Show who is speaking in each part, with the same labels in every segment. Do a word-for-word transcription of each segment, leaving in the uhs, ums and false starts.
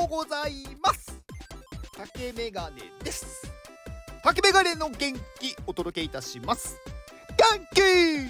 Speaker 1: ございます。竹メガネです。竹メガネの元気お届けいたします。元気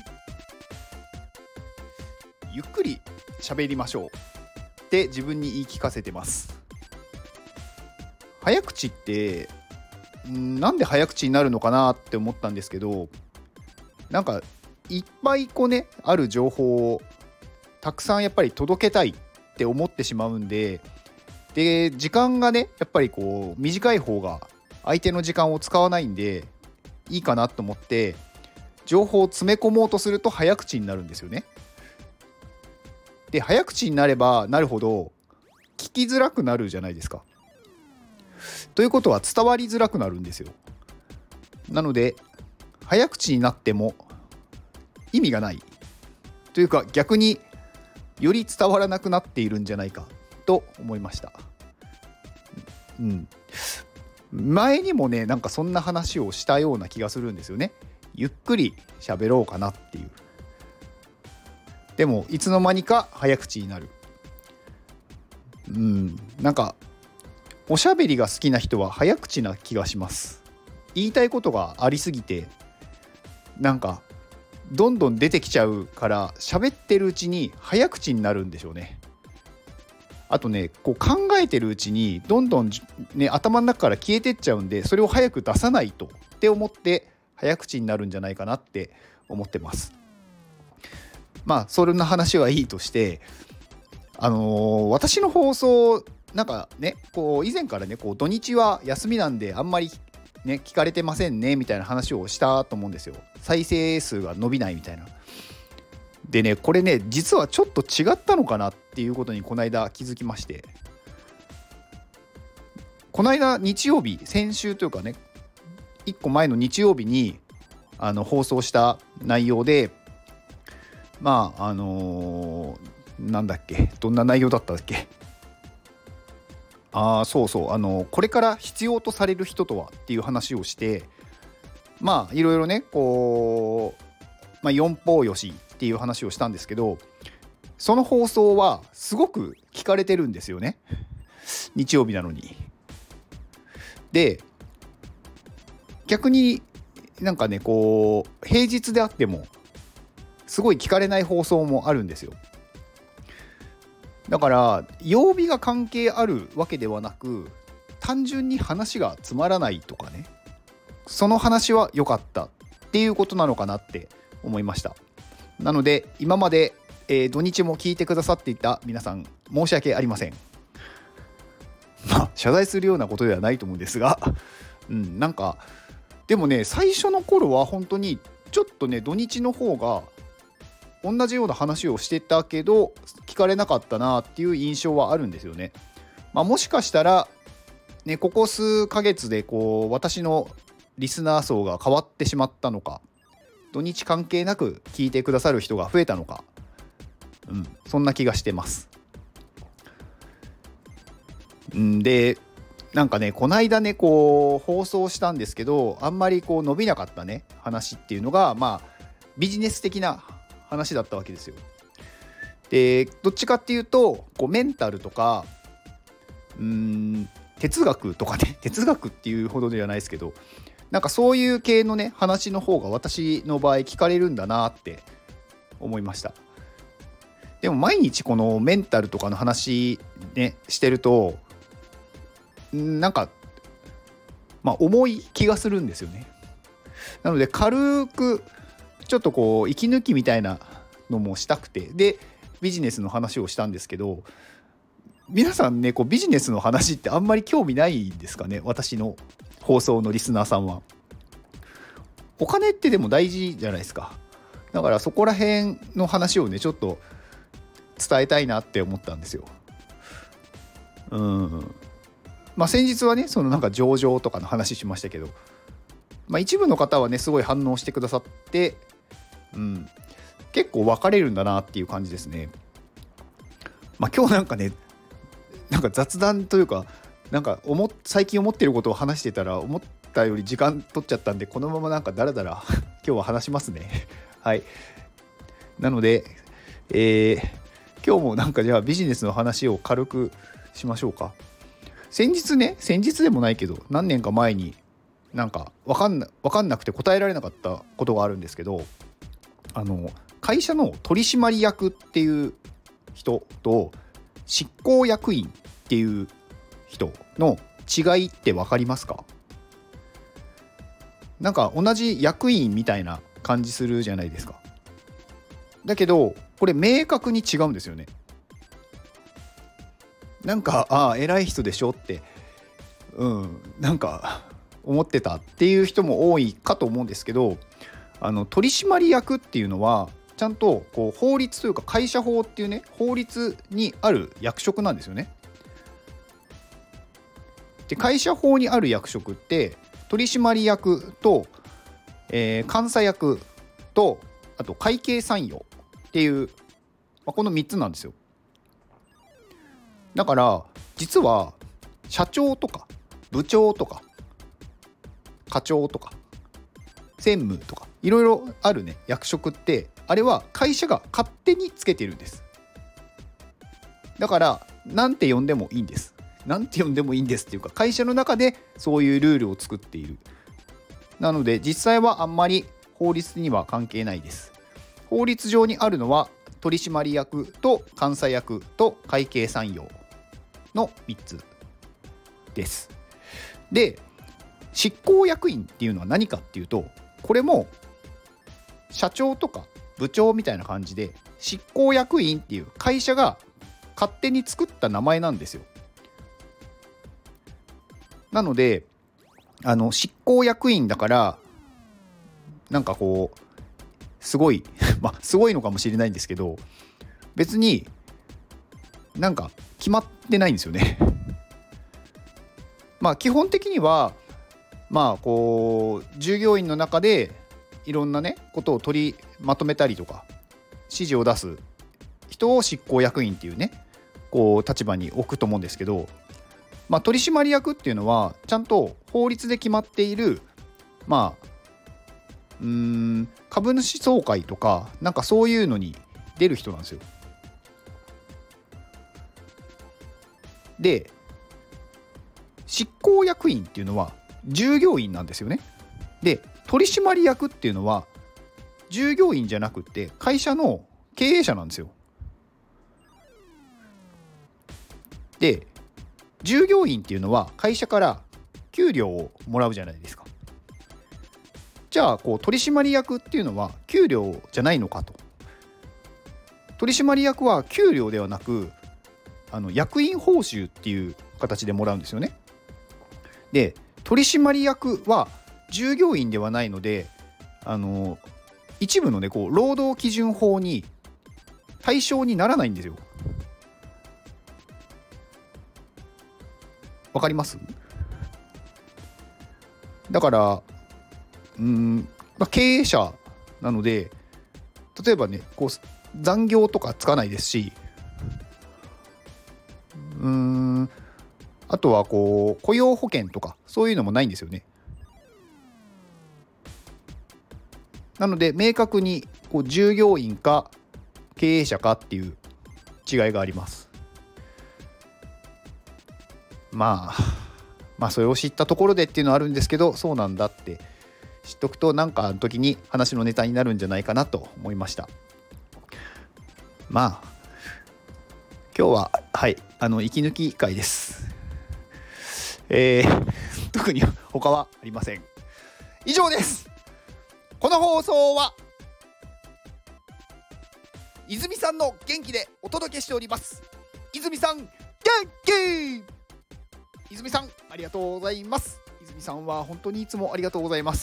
Speaker 1: ゆっくり喋りましょうって自分に言い聞かせてます。早口ってんなんで早口になるのかなって思ったんですけど、なんかいっぱいこうねある情報をたくさんやっぱり届けたいって思ってしまうんで、で時間がねやっぱりこう短い方が相手の時間を使わないんでいいかなと思って、情報を詰め込もうとすると早口になるんですよね。で早口になればなるほど聞きづらくなるじゃないですか。ということは伝わりづらくなるんですよ。なので早口になっても意味がないというか、逆により伝わらなくなっているんじゃないかと思いました。うん、前にもねなんかそんな話をしたような気がするんですよね。ゆっくり喋ろうかなっていう。でもいつの間にか早口になる。うん、なんかおしゃべりが好きな人は早口な気がします。言いたいことがありすぎてなんかどんどん出てきちゃうから、喋ってるうちに早口になるんでしょうね。あとねこう考えてるうちにどんどん、ね、頭の中から消えてっちゃうんで、それを早く出さないとって思って早口になるんじゃないかなって思ってます。まあそんな話はいいとして、あのー、私の放送なんかねこう以前からねこう土日は休みなんであんまりね聞かれてませんねみたいな話をしたと思うんですよ。再生数が伸びないみたいな。でねこれね実はちょっと違ったのかなっていうことにこの間気づきまして、この間日曜日、先週というかねいっこまえの日曜日にあの放送した内容で、まああのー、なんだっけどんな内容だったっけああそうそうあのこれから必要とされる人とはっていう話をして、まあいろいろねこう、まあ、四方よしっていう話をしたんですけど、その放送はすごく聞かれてるんですよね、日曜日なのに。で逆になんかねこう平日であってもすごい聞かれない放送もあるんですよ。だから曜日が関係あるわけではなく、単純に話がつまらないとかね、その話は良かったっていうことなのかなって思いました。なので今まで、えー、土日も聞いてくださっていた皆さん申し訳ありません。まあ謝罪するようなことではないと思うんですが、うん、なんかでもね最初の頃は本当にちょっとね土日の方が同じような話をしてたけど聞かれなかったなっていう印象はあるんですよね。まあ、もしかしたらねここ数ヶ月でこう私のリスナー層が変わってしまったのか、土日関係なく聞いてくださる人が増えたのか、うん、そんな気がしてます。んでなんかねこないだねこう放送したんですけど、あんまりこう伸びなかったね話っていうのが、まあビジネス的な話だったわけですよ。でどっちかっていうとこうメンタルとかうーん哲学とかね哲学っていうほどではないですけど、なんかそういう系のね話の方が私の場合聞かれるんだなって思いました。でも毎日このメンタルとかの話ねしてるとなんかまあ重い気がするんですよね。なので軽くちょっとこう息抜きみたいなのもしたくて、でビジネスの話をしたんですけど、皆さんねこうビジネスの話ってあんまり興味ないんですかね。私の放送のリスナーさんは。お金ってでも大事じゃないですか。だからそこら辺の話をねちょっと伝えたいなって思ったんですよ。うんまあ先日はねそのなんか上場とかの話しましたけど、まあ一部の方はねすごい反応してくださって、うん、結構分かれるんだなっていう感じですね。まあ今日なんかねなんか雑談というかなんか思最近思ってることを話してたら思ったより時間取っちゃったんで、このままなんかダラダラ今日は話しますねはいなので、えー、今日もなんかじゃあビジネスの話を軽くしましょうか。 先日ね先日でもないけど何年か前になんか分かんな、分かんなくて答えられなかったことがあるんですけど、あの会社の取締役っていう人と執行役員っていう人の違いって分かりますか？なんか同じ役員みたいな感じするじゃないですか。だけどこれ明確に違うんですよね。なんかああ偉い人でしょってうんなんか思ってたっていう人も多いかと思うんですけど、あの取締役っていうのはちゃんとこう法律というか会社法っていうね法律にある役職なんですよね。で会社法にある役職って取締役と、えー、監査役とあと会計参与っていう、まあ、このみっつなんですよ。だから実は社長とか部長とか課長とか専務とかいろいろあるね役職ってあれは会社が勝手につけてるんです。だからなんて呼んでもいいんです。なんて呼んでもいいんですっていうか会社の中でそういうルールを作っている。なので実際はあんまり法律には関係ないです。法律上にあるのは取締役と監査役と会計参与のみっつです。で執行役員っていうのは何かっていうと、これも社長とか部長みたいな感じで執行役員っていう会社が勝手に作った名前なんですよ。なのであの執行役員だからなんかこうすごいまあすごいのかもしれないんですけど、別になんか決まってないんですよねまあ基本的にはまあこう従業員の中でいろんなねことを取りまとめたりとか指示を出す人を執行役員っていうねこう立場に置くと思うんですけど、まあ取締役っていうのはちゃんと法律で決まっているまあうーん株主総会とかなんかそういうのに出る人なんですよ。で執行役員っていうのは従業員なんですよね。で取締役っていうのは従業員じゃなくて会社の経営者なんですよ。で従業員っていうのは会社から給料をもらうじゃないですか。じゃあこう取締役っていうのは給料じゃないのかと。取締役は給料ではなくあの役員報酬っていう形でもらうんですよね。で取締役は従業員ではないのであの一部のねこう労働基準法に対象にならないんですよ。わかります？だからうーん、まあ、経営者なので例えばねこう残業とかつかないですし、うーんあとはこう雇用保険とかそういうのもないんですよね。なので明確にこう従業員か経営者かっていう違いがあります。まあまあそれを知ったところでっていうのはあるんですけど、そうなんだって知っとくとなんかあの時に話のネタになるんじゃないかなと思いました。まあ今日ははいあの息抜き会です。えー、特に他はありません。以上です。この放送は泉さんの元気でお届けしております。泉さん元気、泉さんありがとうございます。泉さんは本当にいつもありがとうございます。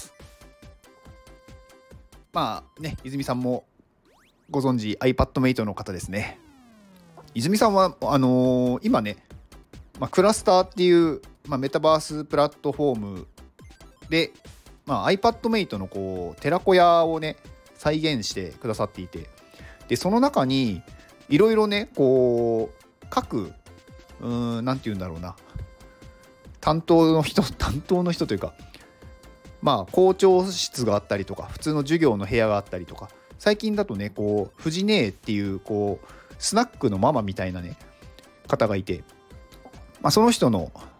Speaker 1: まあね泉さんもご存知 iPadMate の方ですね。泉さんはあのー、今ね、まあ、クラスターっていう、まあ、メタバースプラットフォームで、まあ、iPadMate のこう寺子屋をね再現してくださっていて、でその中にいろいろねこう各うーんなんて言うんだろうな担当の人担当の人というかまあ校長室があったりとか普通の授業の部屋があったりとか、最近だとねこう藤姉っていうこうスナックのママみたいなね方がいて、まあ、その人の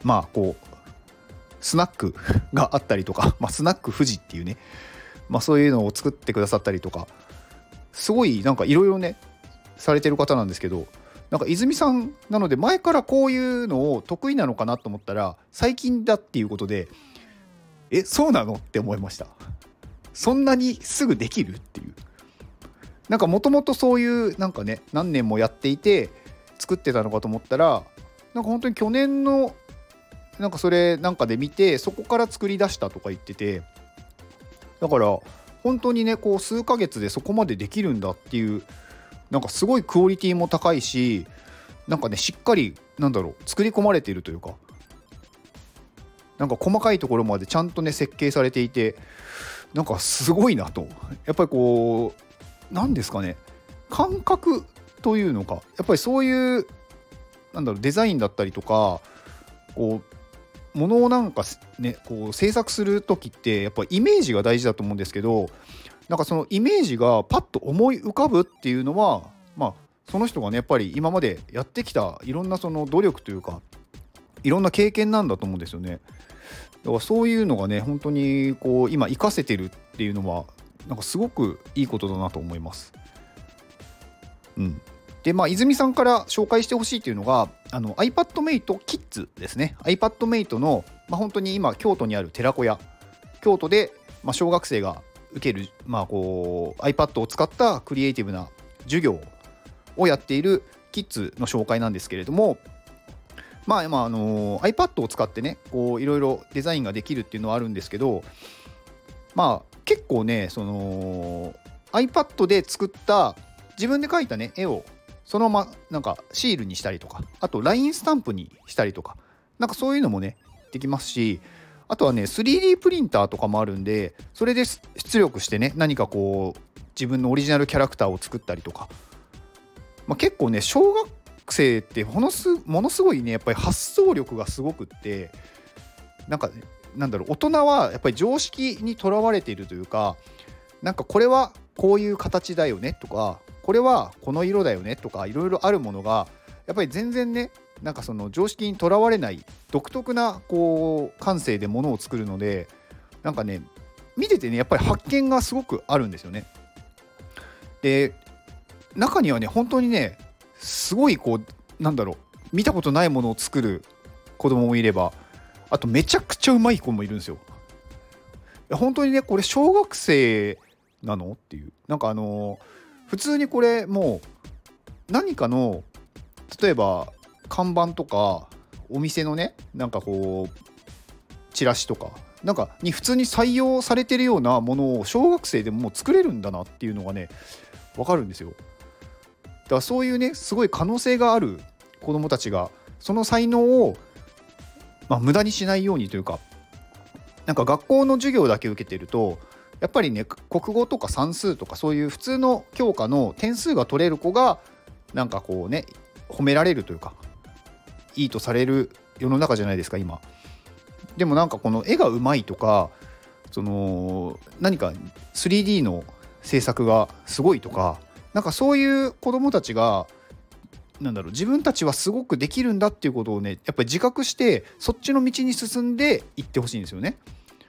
Speaker 1: まあこうスナックがあったりとか、まあ、スナック富士っていうね、まあ、そういうのを作ってくださったりとか、すごいなんかいろいろねされてる方なんですけど、なんか泉さんなので前からこういうのを得意なのかなと思ったら最近だっていうことで、えそうなのって思いました。そんなにすぐできるっていう、なんかもともとそういうなんかね何年もやっていて作ってたのかと思ったら、なんか本当に去年のなんかそれなんかで見てそこから作り出したとか言ってて、だから本当にねこう数ヶ月でそこまでできるんだっていう、なんかすごいクオリティも高いし、なんかねしっかりなんだろう作り込まれているというか、なんか細かいところまでちゃんとね設計されていて、なんかすごいなと。やっぱりこうなんですかね、感覚というのか、やっぱりそういうなんだろうデザインだったりとか、こうものをなんかねこう制作する時ってやっぱりイメージが大事だと思うんですけど、なんかそのイメージがパッと思い浮かぶっていうのは、まあその人がねやっぱり今までやってきたいろんなその努力というかいろんな経験なんだと思うんですよね。だからそういうのがね本当にこう今活かせてるっていうのはなんかすごくいいことだなと思います。うん。でまあ泉さんから紹介してほしいというのがあの iPadMate Kids ですね。 iPadMate の、まあ、本当に今京都にある寺子屋、京都で、まあ、小学生が受ける、まあ、こう iPad を使ったクリエイティブな授業をやっているキッズの紹介なんですけれども、まあまああの iPad を使ってねこういろいろデザインができるっていうのはあるんですけど、まあ結構ねその iPad で作った自分で描いたね絵をそのままなんかシールにしたりとか、あと ライン スタンプにしたりとか、なんかそういうのもねできますし、あとはね スリーディー プリンターとかもあるんで、それで出力してね何かこう自分のオリジナルキャラクターを作ったりとか、まあ、結構ね小学生ってものすものすごいねやっぱり発想力がすごくって、なんかなんだろう大人はやっぱり常識にとらわれているというか、なんかこれはこういう形だよねとか、これはこの色だよねとかいろいろあるものがやっぱり全然ねなんかその常識にとらわれない独特なこう感性でものを作るので、なんかね見ててねやっぱり発見がすごくあるんですよね。で中にはね本当にねすごいこうなんだろう見たことないものを作る子供もいれば、あとめちゃくちゃうまい子もいるんですよ。いや本当にねこれ小学生なのっていう、なんかあのー普通にこれもう何かの例えば看板とかお店のねなんかこうチラシとかなんかに普通に採用されてるようなものを小学生でももう作れるんだなっていうのがね分かるんですよ。だからそういうねすごい可能性がある子どもたちがその才能を、まあ、無駄にしないようにというか、なんか学校の授業だけ受けてるとやっぱりね国語とか算数とかそういう普通の教科の点数が取れる子がなんかこうね褒められるというかいいとされる世の中じゃないですか今。でもなんかこの絵がうまいとかその何か スリーディー の制作がすごいとか、なんかそういう子どもたちがなんだろう自分たちはすごくできるんだっていうことをねやっぱり自覚してそっちの道に進んでいってほしいんですよね。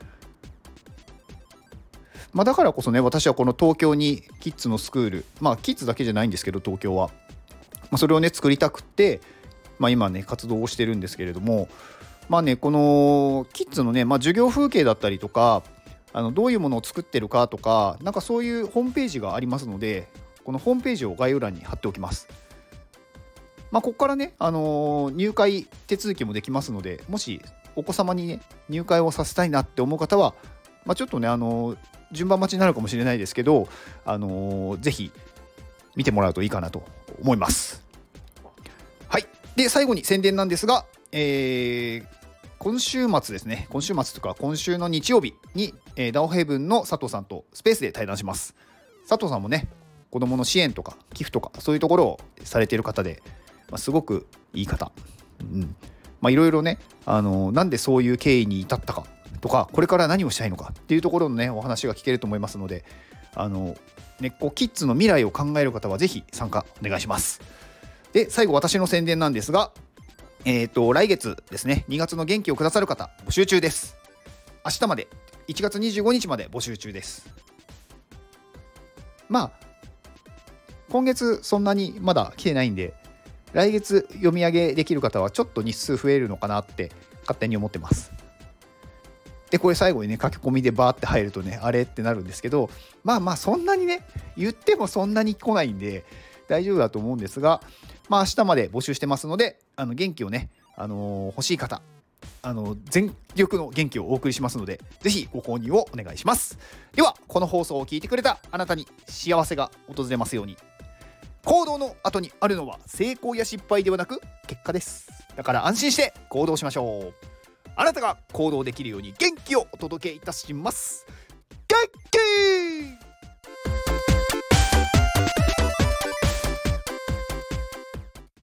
Speaker 1: まあ、だからこそね私はこの東京にキッズのスクール、まあキッズだけじゃないんですけど東京は、まあ、それをね作りたくって、まあ、今ね活動をしてるんですけれども、まあねこのキッズのね、まあ、授業風景だったりとかあのどういうものを作ってるかとか、なんかそういうホームページがありますので、このホームページを概要欄に貼っておきます。まあ、ここからね、あのー入会手続きもできますので、もしお子様にね入会をさせたいなって思う方は、まあ、ちょっとねあのー順番待ちになるかもしれないですけど、あのー、ぜひ見てもらうといいかなと思います。はい。で最後に宣伝なんですが、えー、今週末ですね今週末とか今週の日曜日に、えー、ダオヘイブンの佐藤さんとスペースで対談します。佐藤さんもね子どもの支援とか寄付とかそういうところをされている方で、まあ、すごくいい方、うんまあ、いろいろね、あのー、なんでそういう経緯に至ったかとかこれから何をしたいのかっていうところのねお話が聞けると思いますので、あのねこうキッズの未来を考える方はぜひ参加お願いします。で最後私の宣伝なんですが、 えーと来月ですね、にがつの元気をくださる方募集中です。明日まで、いちがつにじゅうごにちまで募集中です。まあ今月そんなにまだ来てないんで、来月読み上げできる方はちょっと日数増えるのかなって勝手に思ってます。でこれ最後にね書き込みでバーって入るとねあれってなるんですけど、まあまあそんなにね言ってもそんなに来ないんで大丈夫だと思うんですが、まあ明日まで募集してますので、あの元気をね、あのー欲しい方、あの全力の元気をお送りしますので、ぜひご購入をお願いします。ではこの放送を聞いてくれたあなたに幸せが訪れますように。行動の後にあるのは成功や失敗ではなく結果です。だから安心して行動しましょう。あなたが行動できるように元気をお届けいたします。